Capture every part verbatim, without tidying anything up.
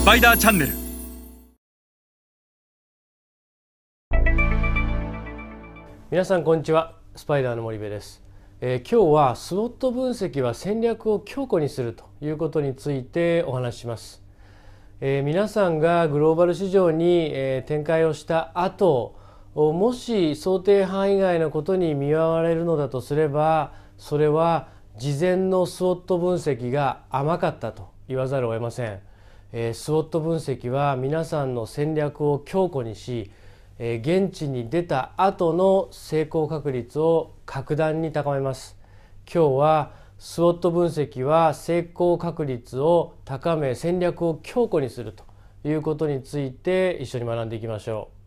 パイダーチャンネル。 皆さんこんにちは、スパイダーの森部です。えー、今日はスウォット分析は戦略を強固にするということについてお話しします。えー、皆さんがグローバル市場に、えー、展開をした後、もし想定範囲外のことに見舞われるのだとすれば、それは事前のスウォット分析が甘かったと言わざるを得ません。えー、スウォット分析は皆さんの戦略を強固にし、えー、現地に出た後の成功確率を格段に高めます。今日はスウォット分析は成功確率を高め、戦略を強固にするということについて一緒に学んでいきましょ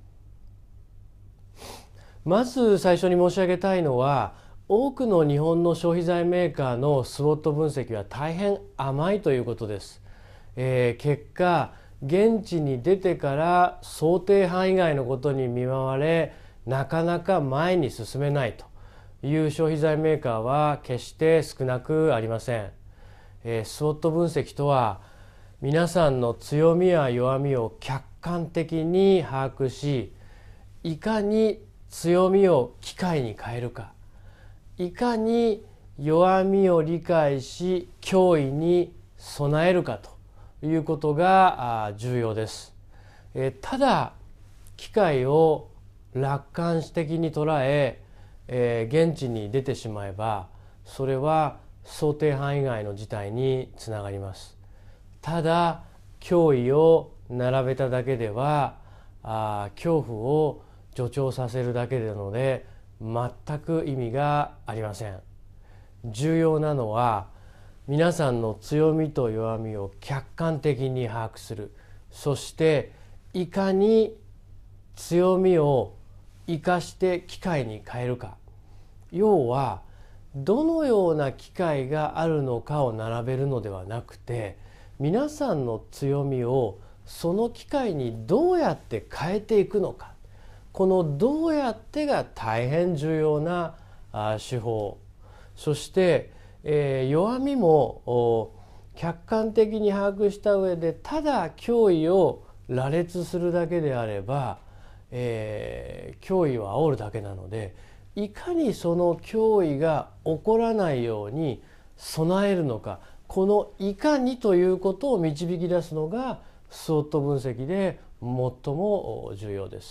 う。まず最初に申し上げたいのは、多くの日本の消費財メーカーのスウォット分析は大変甘いということです。えー、結果、現地に出てから想定範囲外のことに見舞われ、なかなか前に進めないという消費財メーカーは決して少なくありません。えー、スウォット分析とは、皆さんの強みや弱みを客観的に把握し、いかに強みを機会に変えるか、いかに弱みを理解し脅威に備えるかということが重要です。えただ機会を楽観的に捉ええー、現地に出てしまえば、それは想定範囲外の事態につながります。ただ脅威を並べただけではあ恐怖を助長させるだけなので全く意味がありません。重要なのは、皆さんの強みと弱みを客観的に把握する。そしていかに強みを生かして機会に変えるか。要はどのような機会があるのかを並べるのではなくて、皆さんの強みをその機会にどうやって変えていくのか。このどうやってが大変重要な手法。そして、えー、弱みも客観的に把握した上で、ただ脅威を羅列するだけであれば、えー、脅威を煽るだけなので、いかにその脅威が起こらないように備えるのか、このいかにということを導き出すのがスウォット分析で最も重要です。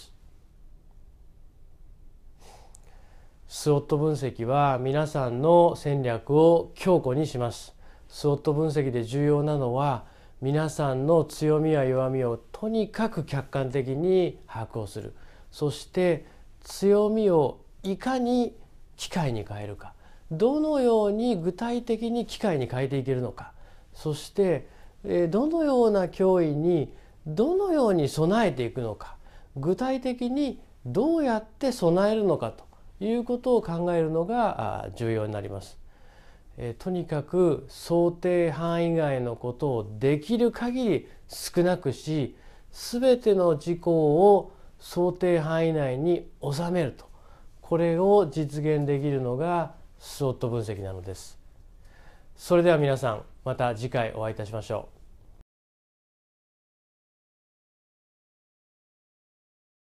スウォット分析は皆さんの戦略を強固にします。スウォット分析で重要なのは、皆さんの強みや弱みをとにかく客観的に把握をする。そして強みをいかに機会に変えるか、どのように具体的に機会に変えていけるのか、そしてどのような脅威にどのように備えていくのか、具体的にどうやって備えるのかということを考えるのが重要になります。とにかく想定範囲外のことをできる限り少なくし、すべての事項を想定範囲内に収めると、これを実現できるのがスウォット分析なのです。それでは皆さん、また次回お会いいたしましょう。